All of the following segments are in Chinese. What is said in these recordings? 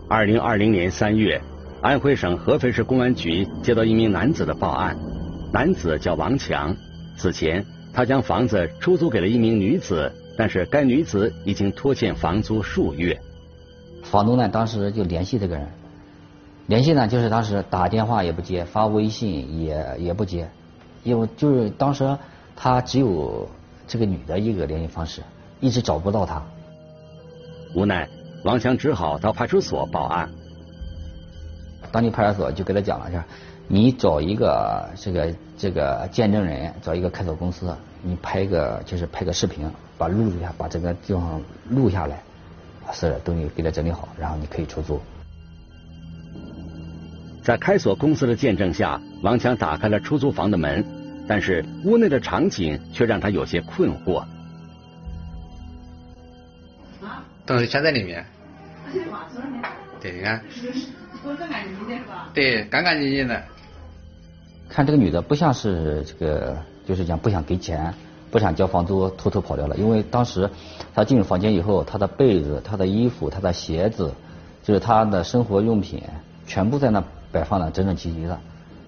2020年3月，安徽省合肥市公安局接到一名男子的报案，男子叫王强，此前他将房子出租给了一名女子，但是该女子已经拖欠房租数月。 房东呢，当时就联系这个人，联系呢就是当时打电话也不接，发微信也不接，因为就是当时他只有这个女的一个联系方式，一直找不到她。 无奈，王强只好到派出所报案。 当地派出所就给他讲了，是你找一个这个见证人，找一个开锁公司，你拍个视频，把录一下，把这个地方录下来，把所有的东西给他整理好，然后你可以出租。 在开锁公司的见证下，王强打开了出租房的门，但是屋内的场景却让他有些困惑。 东西全在里面。对，你看。对，干干净净的。 看这个女的不像是这个，就是讲不想给钱，不想交房租，偷偷跑掉了。因为当时她进入房间以后，她的被子、她的衣服、她的鞋子，就是她的生活用品，全部在那摆放的整整齐齐的。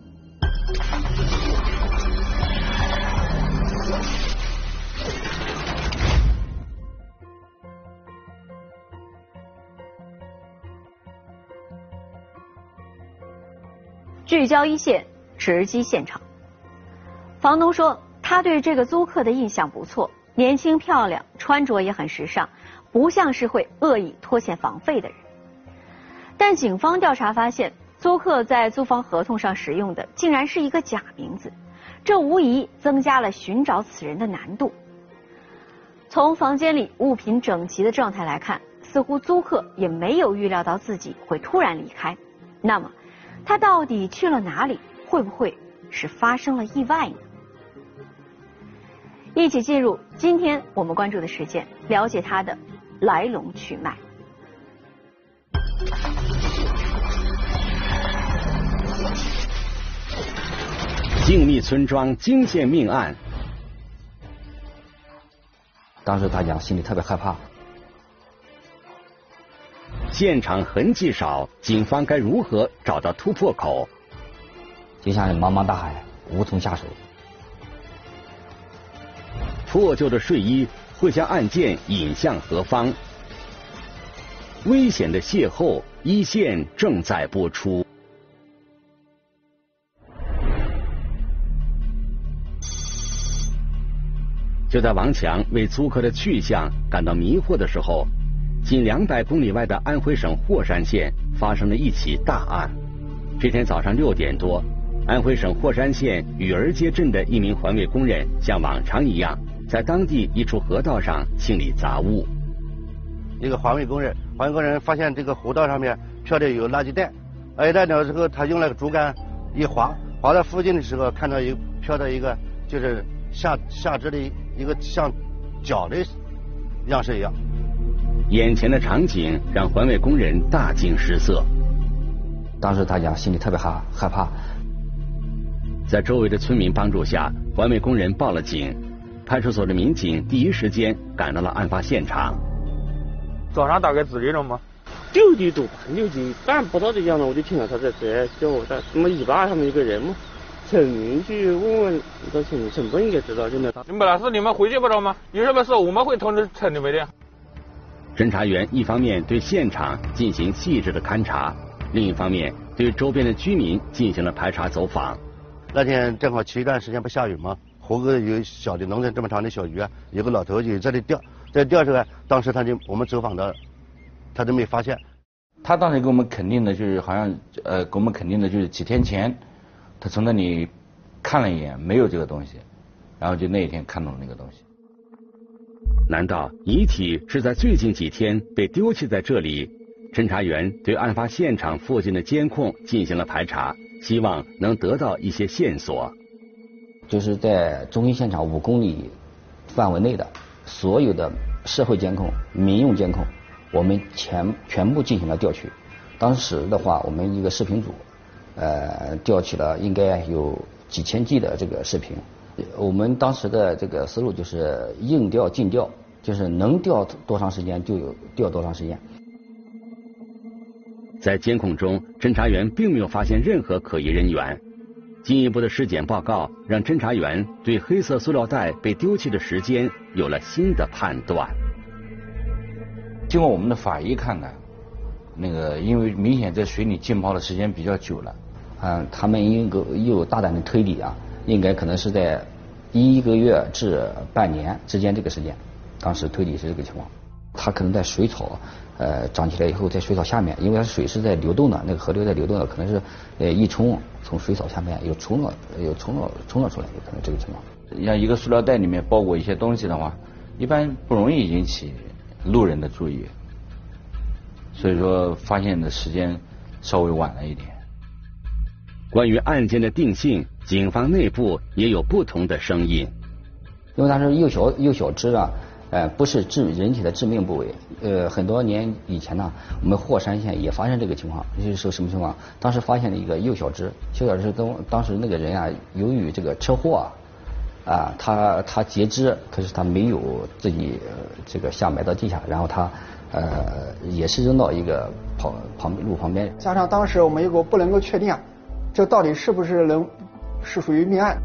聚焦一线，直击现场。房东说，他对这个租客的印象不错，年轻漂亮，穿着也很时尚，不像是会恶意拖欠房费的人。但警方调查发现，租客在租房合同上使用的竟然是一个假名字，这无疑增加了寻找此人的难度。从房间里物品整齐的状态来看，似乎租客也没有预料到自己会突然离开。那么他到底去了哪里？会不会是发生了意外呢？一起进入今天我们关注的事件，了解他的来龙去脉。 静谧村庄惊现命案。 当时他讲心里特别害怕。 现场痕迹少，警方该如何找到突破口？ 就像茫茫大海，无从下手。 破旧的睡衣会将案件引向何方？危险的邂逅，一线正在播出。就在王强为租客的去向感到迷惑的时候，近200公里外的安徽省霍山县发生了一起大案。这天早上6点多，安徽省霍山县雨儿街镇的一名环卫工人像往常一样，在当地一处河道上清理杂物。 一个环卫工人发现这个湖道上面飘的有垃圾袋，垃圾袋呢之后，他用那个竹竿一划到附近的时候，看到飘到一个就是下肢的一个像脚的样式一样。 眼前的场景让环卫工人大惊失色。 当时他讲心里特别害怕。 在周围的村民帮助下，环卫工人报了警。派出所的民警第一时间赶到了案发现场。 早上大概几点钟吗 ？6点多吧，6点半不到的样子，我就听到他在叫我在什么尾巴上面一个人嘛。村民去问问，到村部应该知道，真的。 你本来是你们回去不着吗？有什么事我们会通知村里面的。 侦查员一方面对现场进行细致的勘查，另一方面对周边的居民进行了排查走访。 那天正好前一段时间不下雨吗？湖沟有小的能成这么长的小鱼啊，有个老头就在这里钓，在钓时候，当时我们走访的，他都没发现。 他当时给我们肯定的就是好像给我们肯定的就是几天前，他从那里看了一眼，没有这个东西，然后就那一天看到了那个东西。 难道遗体是在最近几天被丢弃在这里？侦查员对案发现场附近的监控进行了排查，希望能得到一些线索。 就是在中心现场5公里范围内的所有的社会监控、民用监控，我们全部进行了调取。当时的话，我们一个视频组，调取了应该有几千 G 的这个视频。我们当时的这个思路就是应调尽调，就是能调多长时间就有调多长时间。 在监控中，侦查员并没有发现任何可疑人员。进一步的尸检报告让侦查员对黑色塑料袋被丢弃的时间有了新的判断。 经过我们的法医看看，因为明显在水里浸泡的时间比较久了， 他们应该有大胆的推理啊，应该可能是在1个月至半年之间这个时间，当时推理是这个情况。它可能在水草长起来以后，在水草下面，因为它水是在流动的，那个河流在流动的，可能是一冲从水草下面又冲了出来，有可能这个情况。 像一个塑料袋里面包裹一些东西的话，一般不容易引起路人的注意，所以说发现的时间稍微晚了一点。 关于案件的定性，警方内部也有不同的声音。 因为它是幼小肢啊。不是人体的致命部位。很多年以前呢，我们霍山县也发生这个情况。就是说什么情况？当时发现了一个幼小肢，当时那个人啊，由于这个车祸他截肢，可是他没有自己这个下埋到地下，然后他也是扔到一个路旁边。 加上当时我们又不能够确定这到底是不是是属于命案。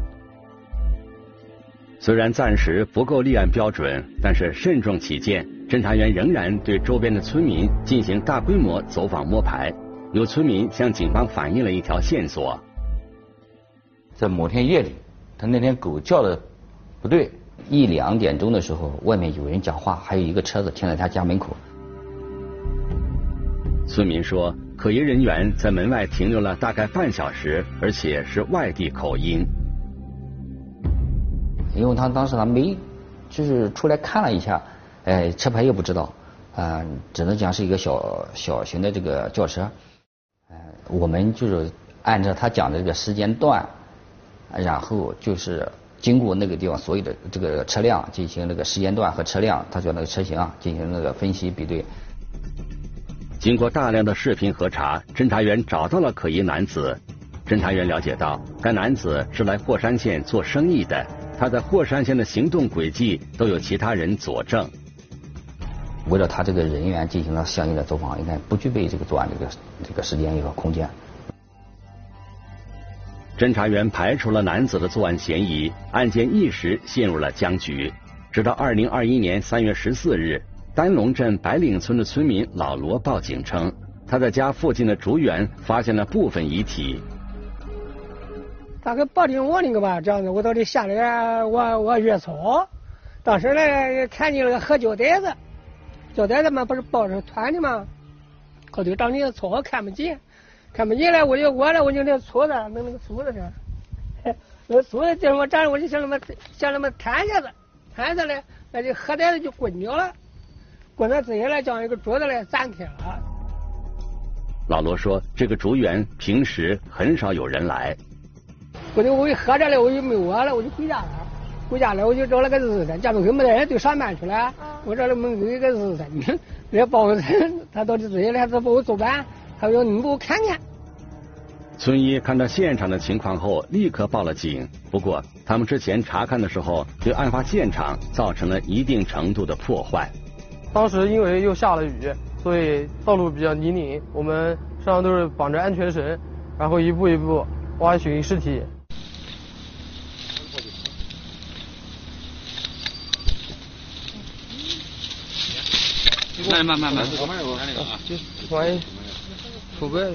虽然暂时不够立案标准，但是慎重起见，侦查员仍然对周边的村民进行大规模走访摸排。有村民向警方反映了一条线索： 在某天夜里，他那天狗叫的不对 ，1、2点钟的时候，外面有人讲话，还有一个车子停在他家门口。 村民说，可疑人员在门外停留了大概半小时，而且是外地口音。 因为他当时没，就是出来看了一下，车牌也不知道，只能讲是一个小型的这个轿车，我们就是按照他讲的这个时间段，然后就是经过那个地方所有的这个车辆进行那个时间段和车辆，他说那个车型进行那个分析比对。 经过大量的视频核查，侦查员找到了可疑男子。侦查员了解到，该男子是来霍山县做生意的。他在霍山县的行动轨迹都有其他人佐证。 围绕他这个人员进行了相应的走访，应该不具备这个作案这个时间和空间。 侦查员排除了男子的作案嫌疑，案件一时陷入了僵局。直到2021年3月14日，丹龙镇白岭村的村民老罗报警称，他在家附近的竹园发现了部分遗体。 大概8点多那个吧，这样子，我到这下来我越草，当时呢看见了个黑胶带子，胶带子嘛不是包着团的吗？后头当年草看不见了，我就那锄子，那个锄子上，那锄子就我站着，我就像那么弹下子呢，那这黑带子就滚掉了，滚到之下来将一个桌子来展开了。 老罗说，这个竹园平时很少有人来。 我一喝着了，我就没窝了，我就回家了，我就找了个日子，家门口没得人，就上班去了。我找了门口一个日子，人帮我，他到底这些来，他帮我做饭，他说你帮我看看。 村医看到现场的情况后，立刻报了警。不过，他们之前查看的时候，对案发现场造成了一定程度的破坏。 当时因为又下了雨，所以道路比较泥泞，我们身上都是绑着安全绳，然后一步一步挖寻尸体。 慢，慢慢有那个啊，万一出轨。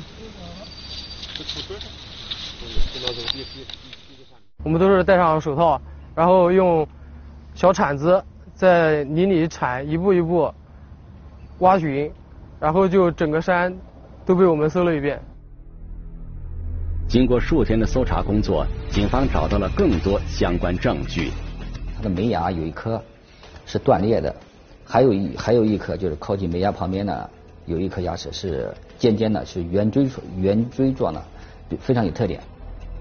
我们都是戴上手套，然后用小铲子在泥里铲，一步一步挖寻，然后就整个山都被我们搜了一遍。 经过数天的搜查工作，警方找到了更多相关证据。 他的门牙有一颗是断裂的，还有一颗就是靠近门牙旁边呢，有一颗牙齿是尖尖的，是圆锥状的，非常有特点。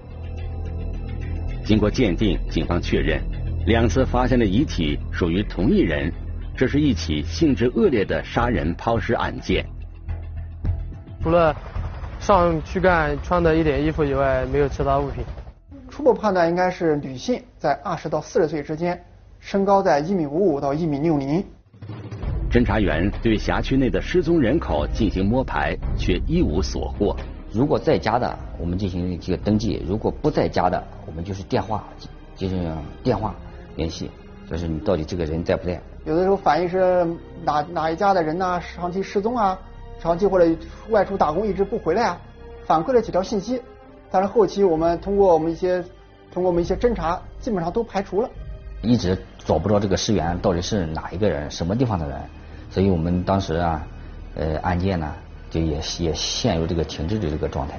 经过鉴定，警方确认2次发现的遗体属于同一人，这是一起性质恶劣的杀人抛尸案件。 除了上躯干穿的一点衣服以外，没有其他物品。 初步判断应该是女性，在20到40岁之间，身高在1.55米到1.60米。 侦查员对辖区内的失踪人口进行摸排，却一无所获。 如果在家的，我们进行这个登记；如果不在家的，我们就是电话联系，就是你到底这个人在不在。 有的时候反映是哪一家的人呢，长期失踪啊，长期或者外出打工一直不回来啊，反馈了几条信息，但是后期我们通过我们一些侦查，基本上都排除了。 一直找不着这个尸源到底是哪一个人，什么地方的人，所以我们当时啊，案件呢就也陷入这个停滞的这个状态。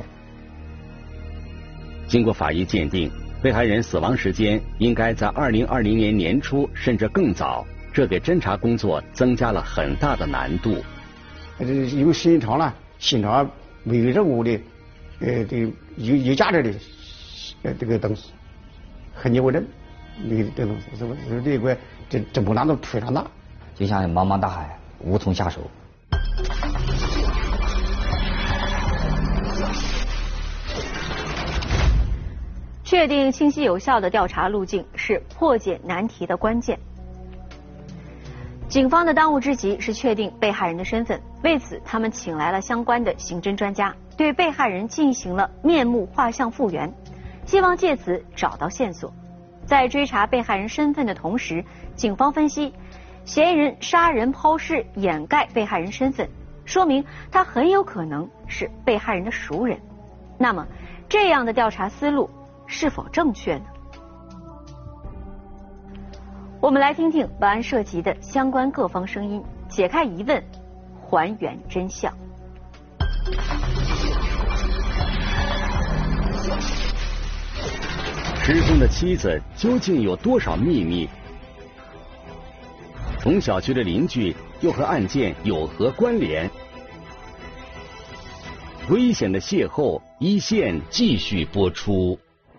经过法医鉴定，被害人死亡时间应该在2020年年初甚至更早，这给侦查工作增加了很大的难度。 有时间长了，现场每个人物的有价值的这个东西很nhiều人，这东西是这个这不难度非常大， 就像茫茫大海，无从下手。 确定清晰有效的调查路径是破解难题的关键。警方的当务之急是确定被害人的身份，为此他们请来了相关的刑侦专家，对被害人进行了面目画像复原，希望借此找到线索。在追查被害人身份的同时，警方分析，嫌疑人杀人抛尸掩盖被害人身份，说明他很有可能是被害人的熟人。那么，这样的调查思路是否正确呢？我们来听听本案涉及的相关各方声音，解开疑问，还原真相。 失踪的妻子究竟有多少秘密？同小区的邻居又和案件有何关联？危险的邂逅，一线继续播出。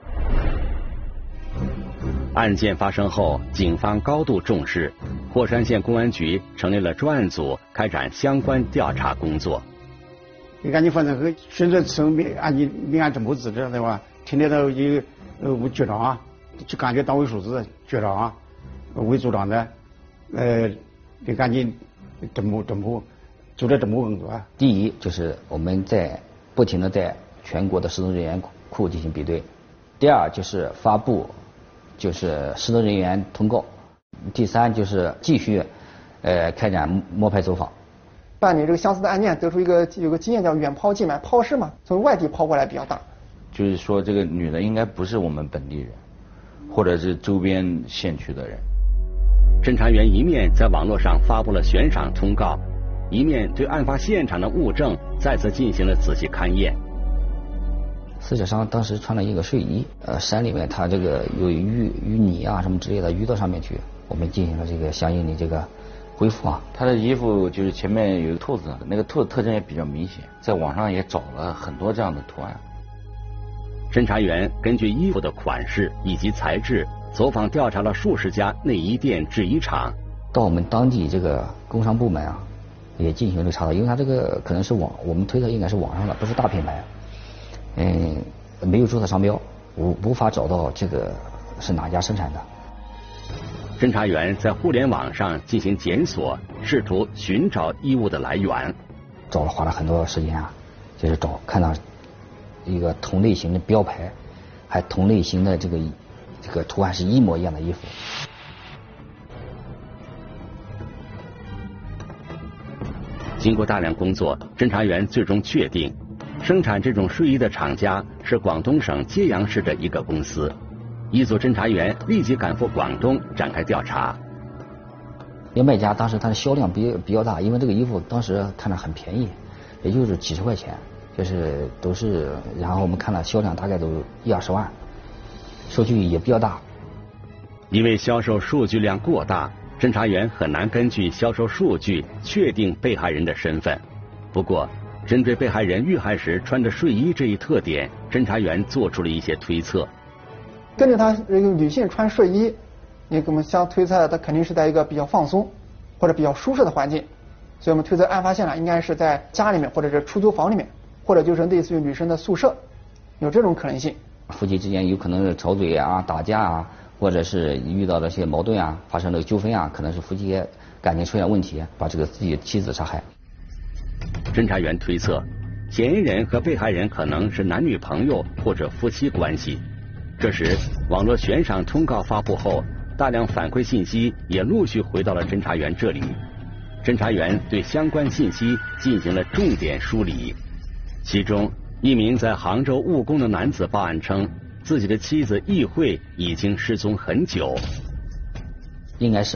案件发生后，警方高度重视，霍山县公安局成立了专案组，开展相关调查工作。 案件发生后，宣传村民案侦破组织对吧？成立了有局长啊，就感觉党委书记、局长啊为组长的，这案件侦破做了侦破工作啊。 第一就是我们不停的在全国的失踪人员库进行比对，第二就是发布失踪人员通告，第三就是继续开展摸排走访。 办理这个相似的案件，得出有个经验叫远抛近买，抛尸嘛，从外地抛过来比较大。 就是说这个女的应该不是我们本地人，或者是周边县区的人。 侦查员一面在网络上发布了悬赏通告，一面对案发现场的物证再次进行了仔细勘验。 死者伤当时穿了一个睡衣，山里面他这个有淤泥啊什么之类的淤到上面去，我们进行了这个相应的这个恢复啊。 他的衣服就是前面有个兔子，那个兔子特征也比较明显，在网上也找了很多这样的图案。 侦查员根据衣服的款式以及材质，走访调查了数十家内衣店、制衣厂。 到我们当地这个工商部门啊，也进行了查找，因为他这个可能是我们推测应该是网上的，不是大品牌。没有注册商标，无法找到这个是哪家生产的。 侦查员在互联网上进行检索，试图寻找衣物的来源。 花了很多时间啊，就是看到一个同类型的标牌，还同类型的这个图案是一模一样的衣服。 经过大量工作，侦查员最终确定，生产这种睡衣的厂家是广东省揭阳市的一个公司。一组侦查员立即赶赴广东展开调查。 这卖家当时它的销量比较大，因为这个衣服当时看着很便宜，也就是几十块钱，然后我们看了销量大概都1-20万，数据也比较大。 因为销售数据量过大，侦查员很难根据销售数据确定被害人的身份。不过，针对被害人遇害时穿着睡衣这一特点，侦查员做出了一些推测。 根据她这个女性穿睡衣，你给我们相推测，她肯定是在一个比较放松或者比较舒适的环境，所以我们推测案发现场应该是在家里面，或者是出租房里面，或者就是类似于女生的宿舍，有这种可能性。 夫妻之间有可能是吵嘴啊、打架啊，或者是遇到了些矛盾啊，发生了纠纷啊，可能是夫妻感情出现问题，把这个自己的妻子杀害。 侦查员推测，嫌疑人和被害人可能是男女朋友或者夫妻关系。这时，网络悬赏通告发布后，大量反馈信息也陆续回到了侦查员这里。侦查员对相关信息进行了重点梳理，其中一名在杭州务工的男子报案称，自己的妻子易慧已经失踪很久。 应该是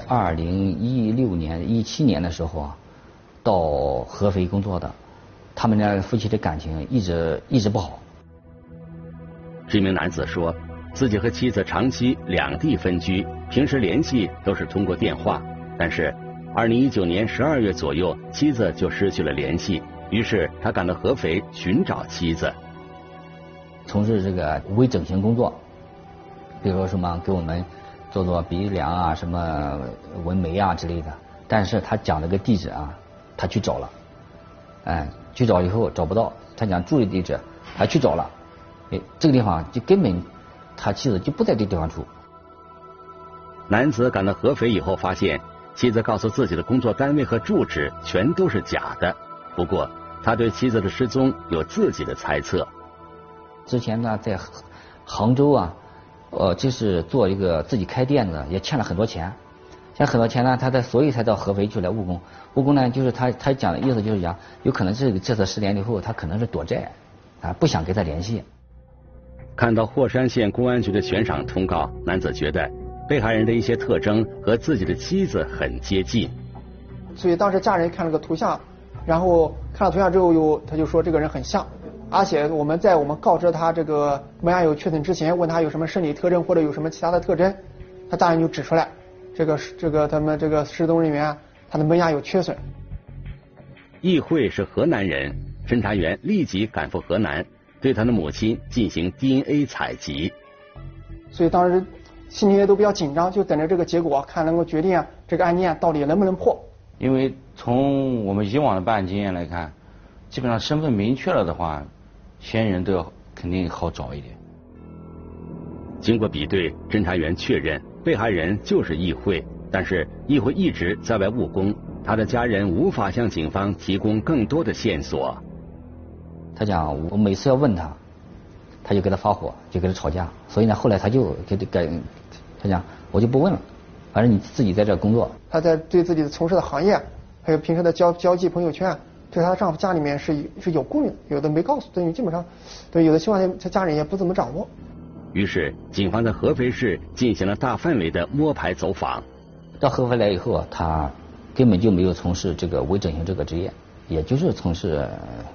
2016年、17年的时候啊，到合肥工作的，他们俩夫妻的感情一直不好。 这名男子说，自己和妻子长期两地分居，平时联系都是通过电话，但是2019年12月左右，妻子就失去了联系，于是他赶到合肥寻找妻子。 从事这个微整形工作，比如说什么给我们做鼻梁啊、什么纹眉啊之类的。但是他讲了个地址啊，他去找了，去找以后找不到，他讲住的地址，他去找了，这个地方就根本他妻子就不在这地方住。 男子赶到合肥以后，发现妻子告诉自己的工作单位和住址全都是假的。不过他对妻子的失踪有自己的猜测。 之前呢，在杭州啊，就是做一个自己开店的，也欠了很多钱。欠很多钱呢，所以才到合肥去来务工。务工呢，就是他讲的意思就是讲，有可能这次失联以后，他可能是躲债，不想跟他联系。 看到霍山县公安局的悬赏通告，男子觉得被害人的一些特征和自己的妻子很接近。 所以当时家人看了个图像，然后看了图像之后他就说这个人很像。而且我们告知他这个门牙有缺损之前，问他有什么生理特征或者有什么其他的特征，他家人就指出来，这个他们这个失踪人员他的门牙有缺损。 易慧是河南人，侦查员立即赶赴河南，对他的母亲进行 DNA 采集。 所以当时心里也都比较紧张，就等着这个结果，看能够决定这个案件到底能不能破。 因为从我们以往的办案经验来看，基本上身份明确了的话，嫌疑人都要肯定好找一点。 经过比对，侦查员确认被害人就是易慧，但是易慧一直在外务工，他的家人无法向警方提供更多的线索。 他讲我每次要问他，他就跟他发火，就跟他吵架，所以呢，后来他就他讲我就不问了，反正你自己在这工作。 他在对自己从事的行业，还有平时的交际朋友圈，对她丈夫家里面是有顾虑，有的没告诉，等于基本上对有的情况下他家人也不怎么掌握。 于是警方在合肥市进行了大范围的摸排走访。 到合肥来以后啊，他根本就没有从事这个微整形这个职业，也就是从事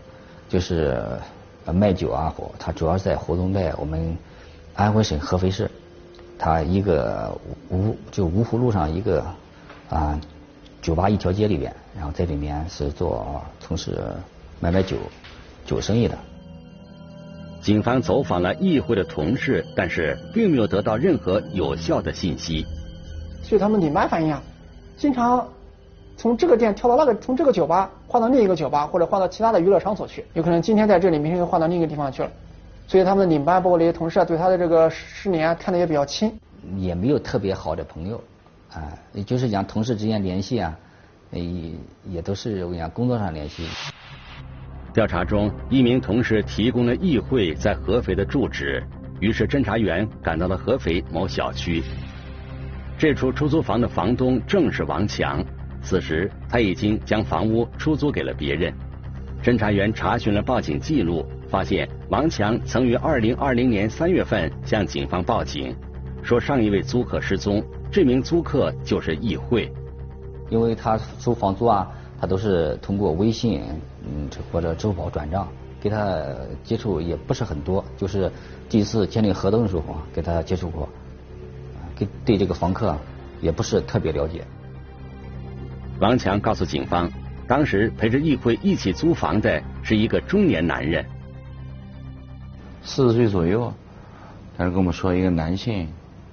卖酒啊，他主要是在活动在我们安徽省合肥市，他一个芜湖路上一个酒吧一条街里边，然后在里面是从事买酒生意的。 警方走访了易慧的同事，但是并没有得到任何有效的信息。 所以他们领班反映经常从这个店跳到那个，从这个酒吧换到另一个酒吧，或者换到其他的娱乐场所去，有可能今天在这里，明天又换到另一个地方去了。所以他们的领班包括这些同事对他的这个失联看得也比较轻。 也没有特别好的朋友也就是讲同事之间联系也都是我讲工作上联系。 调查中，一名同事提供了易慧在合肥的住址，于是侦查员赶到了合肥某小区。这处出租房的房东正是王强，此时他已经将房屋出租给了别人。侦查员查询了报警记录，发现王强曾于2020年3月份向警方报警，说上一位租客失踪，这名租客就是易慧。 因为他收房租他都是通过微信或者支付宝转账，跟他接触也不是很多，就是第一次签订合同的时候跟他接触过，对这个房客也不是特别了解。 王强告诉警方，当时陪着易慧一起租房的是一个中年男人 ，40岁左右，但是跟我们说一个男性，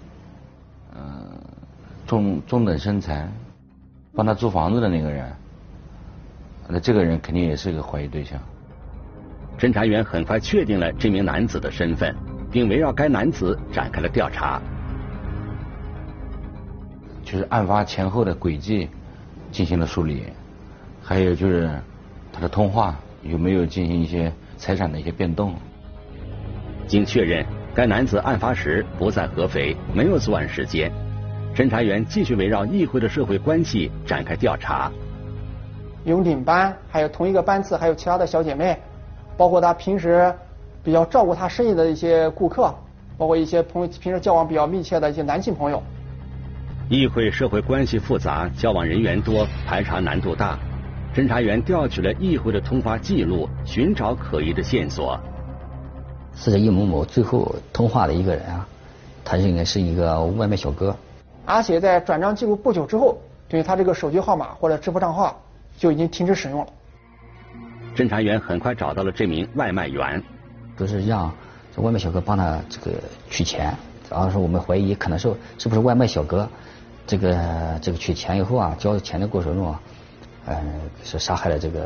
中等身材，帮他租房子的那个人，那这个人肯定也是个怀疑对象。 侦查员很快确定了这名男子的身份，并围绕该男子展开了调查。 就是案发前后的轨迹， 进行了梳理，还有就是他的通话有没有进行一些财产的一些变动。 经确认，该男子案发时不在合肥，没有作案时间。侦查员继续围绕易会的社会关系展开调查。 有领班，还有同一个班次，还有其他的小姐妹，包括他平时比较照顾他生意的一些顾客，包括一些平时交往比较密切的一些男性朋友。 易会社会关系复杂，交往人员多，排查难度大。侦查员调取了易会的通话记录，寻找可疑的线索。 死者易某某最后通话的一个人啊，他应该是一个外卖小哥。 而且在转账记录不久之后，对于他这个手机号码或者支付账号就已经停止使用了。 侦查员很快找到了这名外卖员， 都是让这外卖小哥帮他这个取钱，然后说我们怀疑可能是不是外卖小哥这个取钱以后啊，交钱的过程中啊，是杀害了这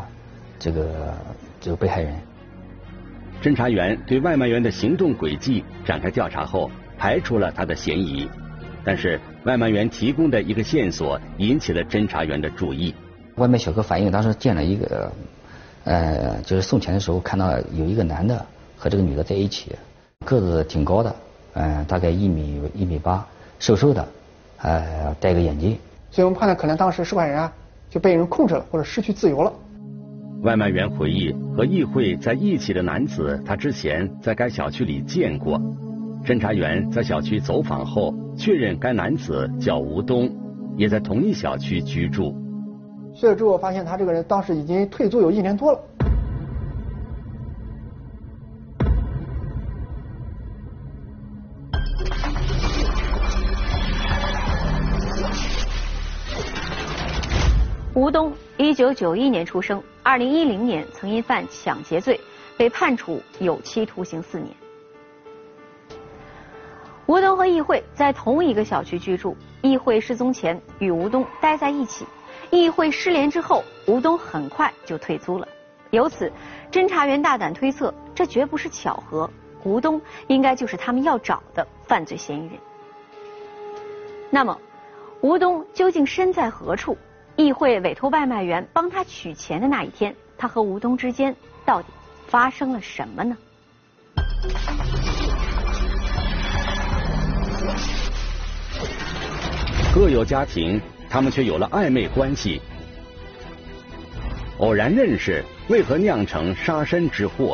个被害人。 侦查员对外卖员的行动轨迹展开调查后，排除了他的嫌疑。但是外卖员提供的一个线索引起了侦查员的注意。 外卖小哥反映当时见了一个就是送钱的时候看到有一个男的和这个女的在一起，个子挺高的，大概1米8，瘦瘦的，戴个眼镜。 所以我们判断可能当时受害人啊就被人控制了或者失去自由了。 外卖员回忆，和易会在一起的男子他之前在该小区里见过。侦查员在小区走访后确认该男子叫吴东，也在同一小区居住。 去了之后发现他这个人当时已经退租有1年多了。 吴东1991年出生，2010年曾因犯抢劫罪被判处有期徒刑4年。吴东和易会在同一个小区居住，易会失踪前与吴东待在一起，易会失联之后，吴东很快就退租了。由此，侦查员大胆推测，这绝不是巧合，吴东应该就是他们要找的犯罪嫌疑人。那么，吴东究竟身在何处？易会委托外卖员帮他取钱的那一天，他和吴东之间到底发生了什么呢？ 各有家庭，他们却有了暧昧关系。偶然认识，为何酿成杀身之祸？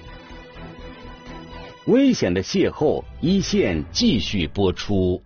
危险的邂逅，一线继续播出。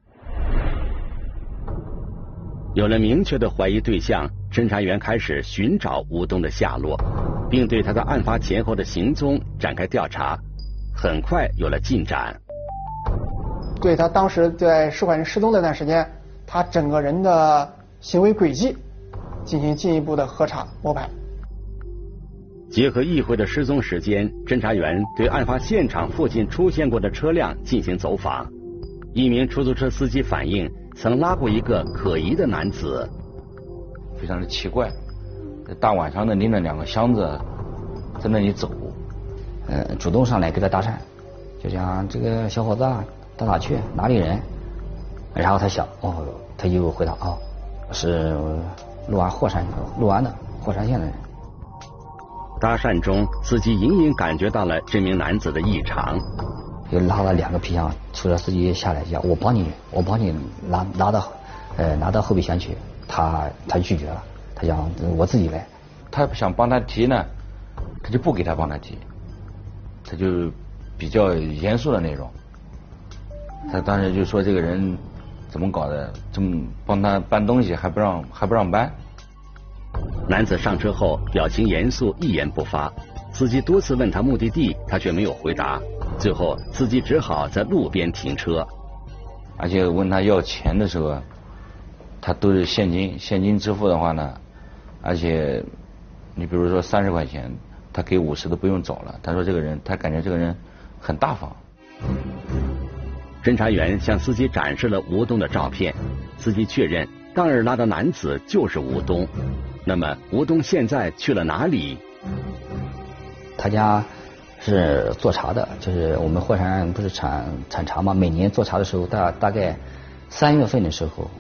有了明确的怀疑对象，侦查员开始寻找吴东的下落，并对他的案发前后的行踪展开调查。很快有了进展。 对他当时在受害人失踪的那段时间，他整个人的行为轨迹进行进一步的核查摸排。 结合易会的失踪时间，侦查员对案发现场附近出现过的车辆进行走访。一名出租车司机反映曾拉过一个可疑的男子， 非常的奇怪，大晚上的拎着2个箱子在那里走， 主动上来跟他搭讪，就讲这个小伙子啊，到哪去？哪里人？然后他想，他又回答，是六安的霍山县的人。 搭讪中，司机隐隐感觉到了这名男子的异常， 又拉了2个皮箱，出租车司机下来讲，我帮你拿到后备箱去。他拒绝了，他讲我自己来。 他想帮他提呢，他就不给他帮他提，他就比较严肃的那种。他当时就说这个人怎么搞的，这么帮他搬东西还不让搬。 男子上车后表情严肃，一言不发。司机多次问他目的地，他却没有回答。最后，司机只好在路边停车。 而且问他要钱的时候，他都是现金支付的话呢，而且你比如说30块钱，他给50都不用找了。他说他感觉这个人很大方。 侦查员向司机展示了吴东的照片，司机确认当日拉的男子就是吴东。那么吴东现在去了哪里？ 他家是做茶的，就是我们霍山不是产茶吗？每年做茶的时候，大概3月份的时候，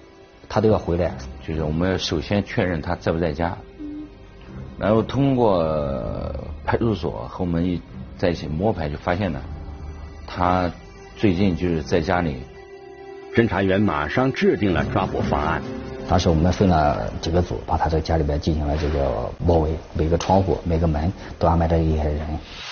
他都要回来。 就是我们首先确认他在不在家，然后通过派出所和我们在一起摸排，就发现呢，他最近就是在家里。 侦查员马上制定了抓捕方案。 当时我们分了几个组，把他在家里边进行了这个包围，每个窗户、每个门都安排着一些人。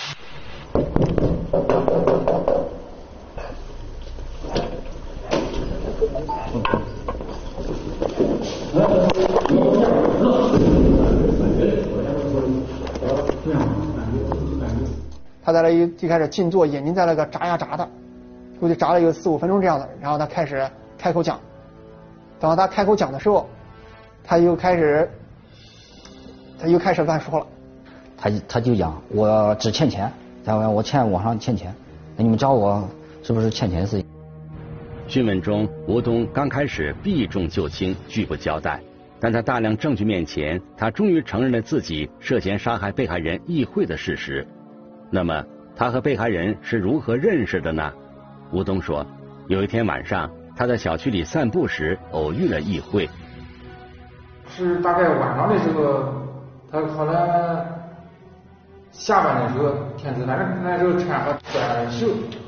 他在那一开始静坐，眼睛在那个眨呀眨的，估计眨了有4、5分钟这样的，然后他开始开口讲。等到他开口讲的时候，他又开始乱说了。 他就讲我只欠钱，我网上欠钱，那你们找我是不是欠钱的事情？ 讯问中，吴东刚开始避重就轻，拒不交代，但在大量证据面前，他终于承认了自己涉嫌杀害被害人易慧的事实。那么他和被害人是如何认识的呢？吴东说，有一天晚上他在小区里散步时偶遇了易慧。 是大概晚上的时候，他可能下班的时候天气，反正那时候穿个短袖，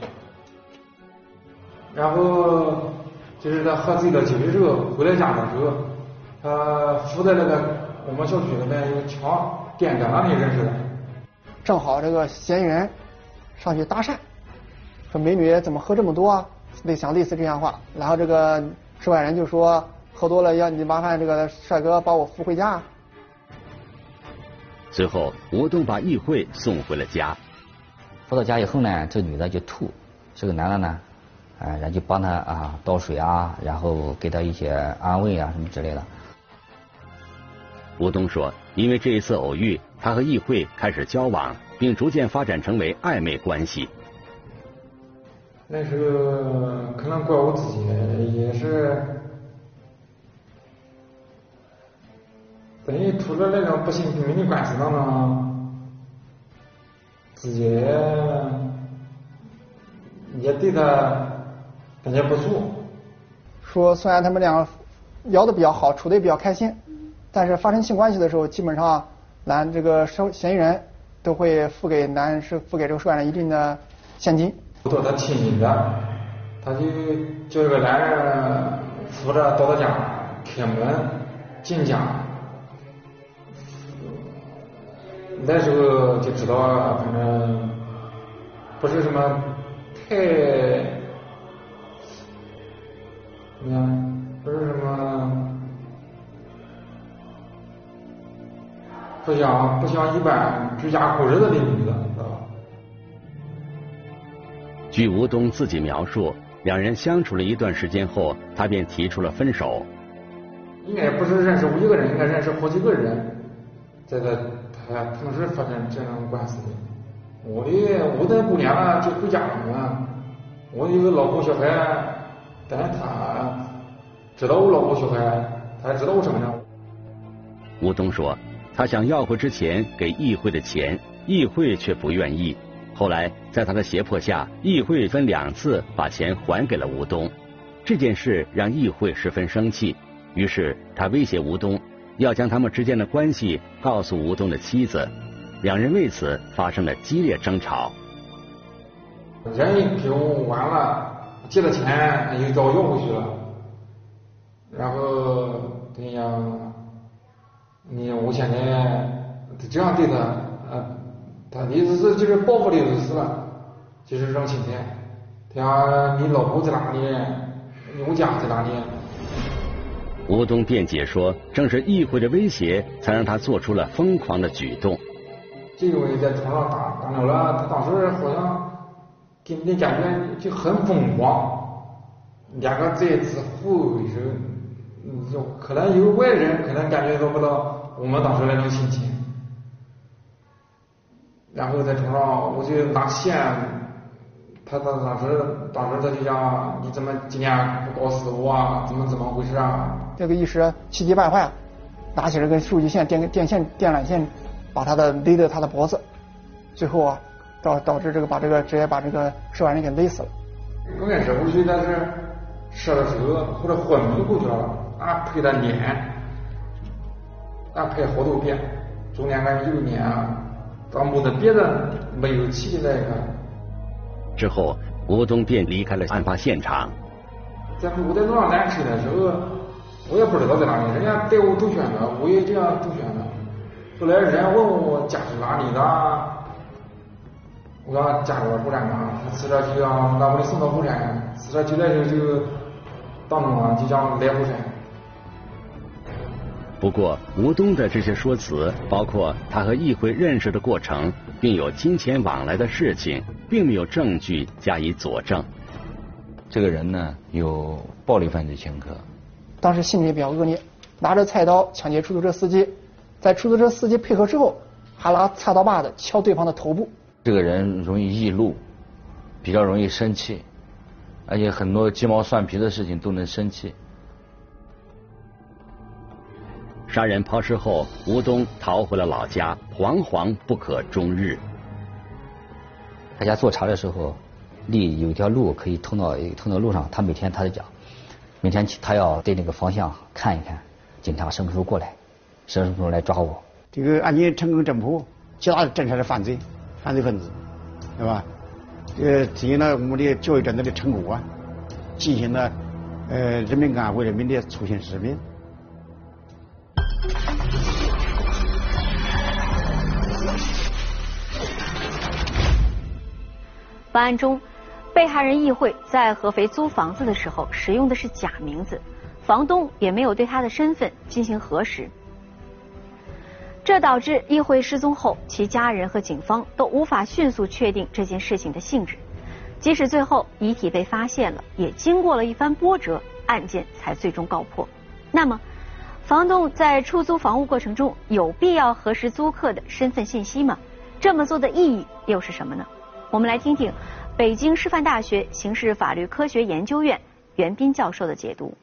然后就是他喝醉了酒的时候回来家的时候，他扶在那个我们小区那边有墙垫着那里认识的。 正好这个嫌疑人上去搭讪，说美女怎么喝这么多啊？类似这样话，然后这个受害人就说喝多了要你麻烦这个帅哥把我扶回家。 随后吴东把易慧送回了家。 扶到家以后呢，这女的就吐，这个男的呢，然后就帮他倒水啊，然后给他一些安慰啊什么之类的。 吴东说，因为这一次偶遇，他和易慧开始交往，并逐渐发展成为暧昧关系。 那时候可能怪我自己，也是等于处在那种不信不明的关系当中，自己也对他感觉不错。 说虽然他们两个聊得比较好，处得也比较开心，但是发生性关系的时候，基本上这个嫌疑人都会付给这个受害人一定的现金。 到他亲近的，他就叫这个男人扶着到他家开门进家。那时候就知道，反正不是什么太，不是什么不像一般居家过日子的女的，知道吧？ 据吴东自己描述，两人相处了一段时间后，他便提出了分手。 应该不是认识我一个人，应该认识好几个人，在他同时发生这种关系的。我在过年了就回家了嘛，我有个老婆小孩，但是他知道我老婆小孩，他还知道我身份证。 吴东说，他想要回之前给易慧的钱，易慧却不愿意。后来在他的胁迫下，易慧分2次把钱还给了吴东。这件事让易慧十分生气，于是他威胁吴东要将他们之间的关系告诉吴东的妻子，两人为此发生了激烈争吵。 人一给我完了，借了钱又找我要回去了，然后等于我现在这样对他，他的意思是就是报复的意思了，就是这种心态。他讲你老婆在哪里，我家在哪里。 吴东辩解说，正是易慧的威胁才让他做出了疯狂的举动。 就因为在床上打扭了，他当时好像给你的感觉就很疯狂，两个在自护的时候，就可能有外人可能感觉不到我们当时那种心情。然后在床上我就拿线，他当时他就讲你怎么今天不搞死我啊，怎么回事啊？ 这个一时气急败坏，拿起这根数据线、电缆线，把他勒着他的脖子，最后导致直接把这个受害人给勒死了。 刚开始我觉得是射的时候或者昏迷过去了。 俺陪他练，俺陪好多遍，中间俺有一年到没得别人没有起来个。 之后，吴东便离开了案发现场。 在我在路上来车的时候，我也不知道在哪里，人家带我兜圈子，我也这样兜圈子。后来人家问我家是哪里的，我说家住后山岗，骑车就让俺给你送到后山，骑车就来时就当中就想来后山。 不过，吴东的这些说辞，包括他和议会认识的过程，并有金钱往来的事情，并没有证据加以佐证。 这个人呢，有暴力犯罪前科。 当时心里也比较恶劣，拿着菜刀抢劫出租车司机，在出租车司机配合之后，还拿菜刀把子敲对方的头部。 这个人容易易怒，比较容易生气，而且很多鸡毛蒜皮的事情都能生气。 杀人抛尸后，吴东逃回了老家，惶惶不可终日。 他家做茶的时候，离有一条路可以通到路上，他在讲，每天他要对那个方向看一看，警察什么时候过来，什么时候来抓我。 这个案件成功侦破，极大的侦查了犯罪分子，对吧？体现了我们的教育战斗的成果，进行了人民感为人民的出行使命。 本案中，被害人议会在合肥租房子的时候使用的是假名字，房东也没有对他的身份进行核实，这导致议会失踪后，其家人和警方都无法迅速确定这件事情的性质。即使最后遗体被发现了，也经过了一番波折，案件才最终告破。那么，房东在出租房屋过程中有必要核实租客的身份信息吗？这么做的意义又是什么呢？我们来听听北京师范大学刑事法律科学研究院袁斌教授的解读。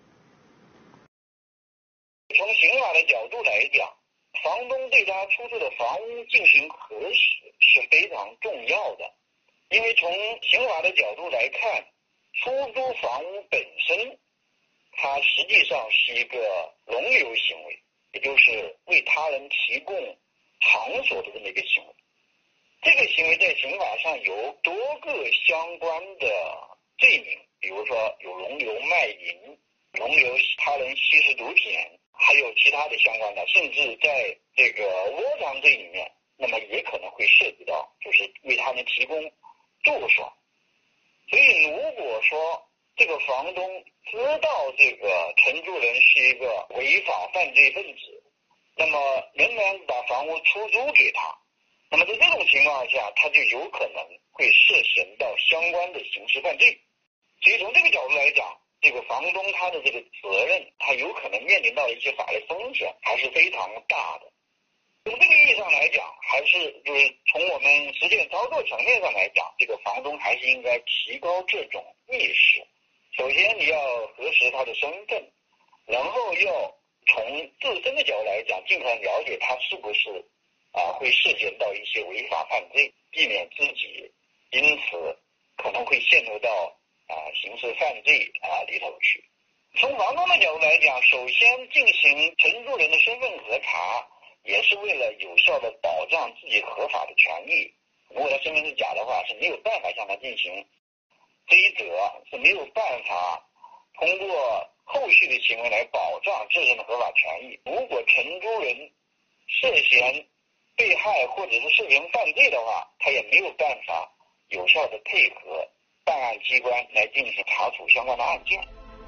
从刑法的角度来讲，房东对他出租的房屋进行核实是非常重要的，因为从刑法的角度来看，出租房屋本身它实际上是一个容留行为，也就是为他人提供场所的这么一个行为。这个行为在刑法上有多个相关的罪名，比如说有容留卖淫、容留他人吸食毒品，还有其他的相关的，甚至在这个窝藏罪里面，那么也可能会涉及到就是为他人提供住所。所以如果说这个房东知道这个承租人是一个违法犯罪分子，那么仍然把房屋出租给他，那么在这种情况下，他就有可能会涉嫌到相关的刑事犯罪。所以从这个角度来讲，这个房东他的这个责任，他有可能面临到一些法律风险，还是非常大的。从这个意义上来讲，还是就是从我们实践操作层面上来讲，这个房东还是应该提高这种意识。首先你要核实他的身份，然后要从自身的角度来讲，尽可能了解他是不是会涉嫌到一些违法犯罪，避免自己因此可能会陷入到刑事犯罪里头去。从房东的角度来讲，首先进行承租人的身份核查，也是为了有效的保障自己合法的权益。如果他身份是假的话，是没有办法向他进行追责，是没有办法通过后续的行为来保障自身的合法权益。如果承租人涉嫌被害或者是涉嫌犯罪的话，他也没有办法有效的配合办案机关来进行查处相关的案件。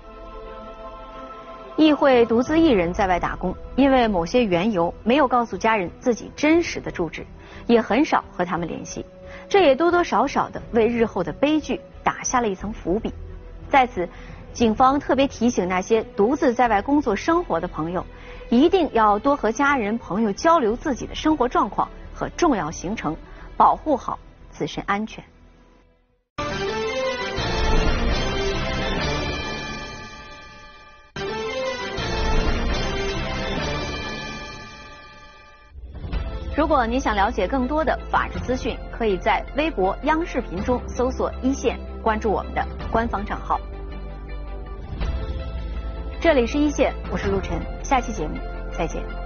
议会独自一人在外打工，因为某些缘由没有告诉家人自己真实的住址，也很少和他们联系，这也多多少少的为日后的悲剧打下了一层伏笔。在此，警方特别提醒那些独自在外工作生活的朋友，一定要多和家人朋友交流自己的生活状况和重要行程，保护好自身安全。如果你想了解更多的法治资讯，可以在微博、央视频中搜索一线，关注我们的官方账号。 这里是一线，我是陆晨，下期节目再见。